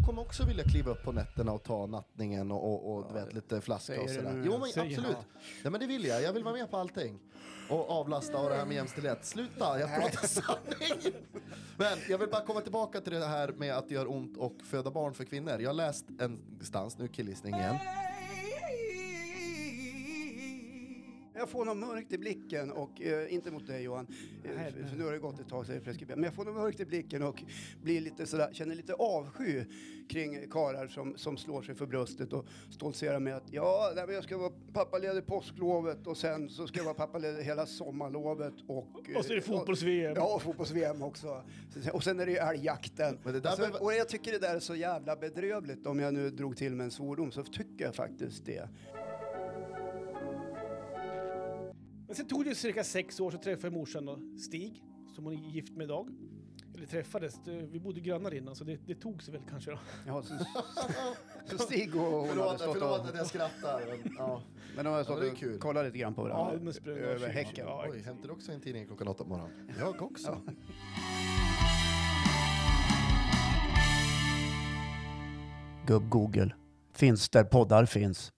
kommer också vilja kliva upp på nätterna och ta nattningen och du vet, lite flaska och sådär. Jo, men absolut. Ja, men det vill jag. Jag vill vara med på allting. Och avlasta och det här med jämställdhet. Sluta, jag pratar sanning. Men jag vill bara komma tillbaka till det här med att det gör ont och föda barn för kvinnor. Jag har läst en stans, nu killgissning igen. Jag får något mörkt i blicken och inte mot dig Johan, för nu har det gått ett tag så är det preskriberat. Men jag får något mörkt i blicken och blir lite sådär, känner lite avsky kring karar som slår sig för bröstet och stoltserar med att jag ska vara pappaledig påsklovet och sen så ska jag vara pappaledig hela sommarlovet och så är det fotbolls-VM. Ja, fotbolls-VM också. Och sen är det ju älgjakten. Men det där och jag tycker det där är så jävla bedrövligt. Om jag nu drog till med en svordom så tycker jag faktiskt det. Men sen tog det cirka 6 år så träffade jag morsan och Stig, som hon är gift med idag. Eller träffades, vi bodde grannar innan så det tog sig väl kanske då. Ja, så Stig och hon hade stått Förlåt att jag skrattar. Men de har stått och kollat lite grann på varandra. Ja, över häcken. Ja, oj, hämtar du också en tidning klockan 8 på morgonen? Jag också. Ja. Gubb Google. Finns där poddar finns.